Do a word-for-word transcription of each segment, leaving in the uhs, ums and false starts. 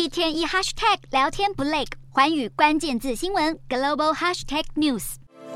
一天一 hashtag 聊天不累，寰宇关键字新闻 global hashtag news。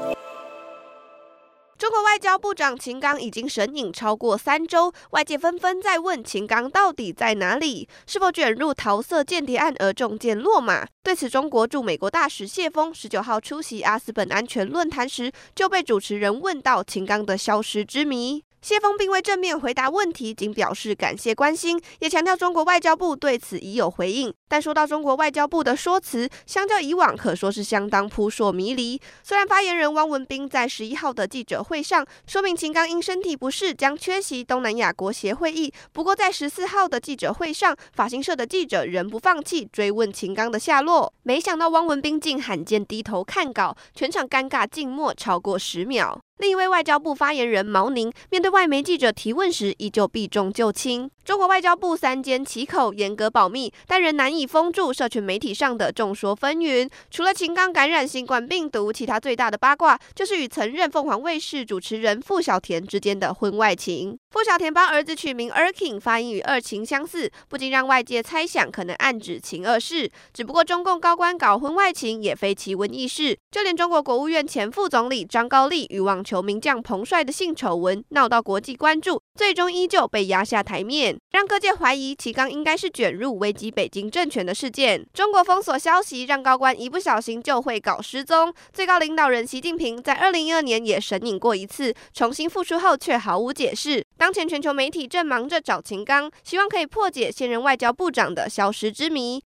中国外交部长秦刚已经神隐超过三周，外界纷纷在问秦刚到底在哪里，是否卷入桃色间谍案而中箭落马？对此，中国驻美国大使谢峰十九号出席阿斯本安全论坛时，就被主持人问到秦刚的消失之谜。谢峰并未正面回答问题，仅表示感谢关心，也强调中国外交部对此已有回应。但说到中国外交部的说辞，相较以往可说是相当扑朔迷离。虽然发言人汪文斌在十一号的记者会上说明秦刚因身体不适将缺席东南亚国协会议，不过在十四号的记者会上，法新社的记者仍不放弃追问秦刚的下落。没想到汪文斌竟罕见低头看稿，全场尴尬静默超过十秒。另一位外交部发言人毛宁面对外媒记者提问时，依旧避重就轻。中国外交部三缄其口，严格保密，但仍难以封住社群媒体上的众说纷纭。除了秦刚感染新冠病毒，其他最大的八卦就是与曾任凤凰卫视主持人傅小田之间的婚外情。傅小田帮儿子取名 Erking， 发音与二秦相似，不禁让外界猜想可能暗指秦二世。只不过中共高官搞婚外情也非奇闻异事，就连中国国务院前副总理张高丽与网球名将彭帅的性丑闻闹到国际关注，最终依旧被压下台面，让各界怀疑秦刚应该是卷入危及北京政权的事件。中国封锁消息，让高官一不小心就会搞失踪。最高领导人习近平在二零一二年也神隐过一次，重新复出后却毫无解释。当前全球媒体正忙着找秦刚，希望可以破解现任外交部长的消失之谜。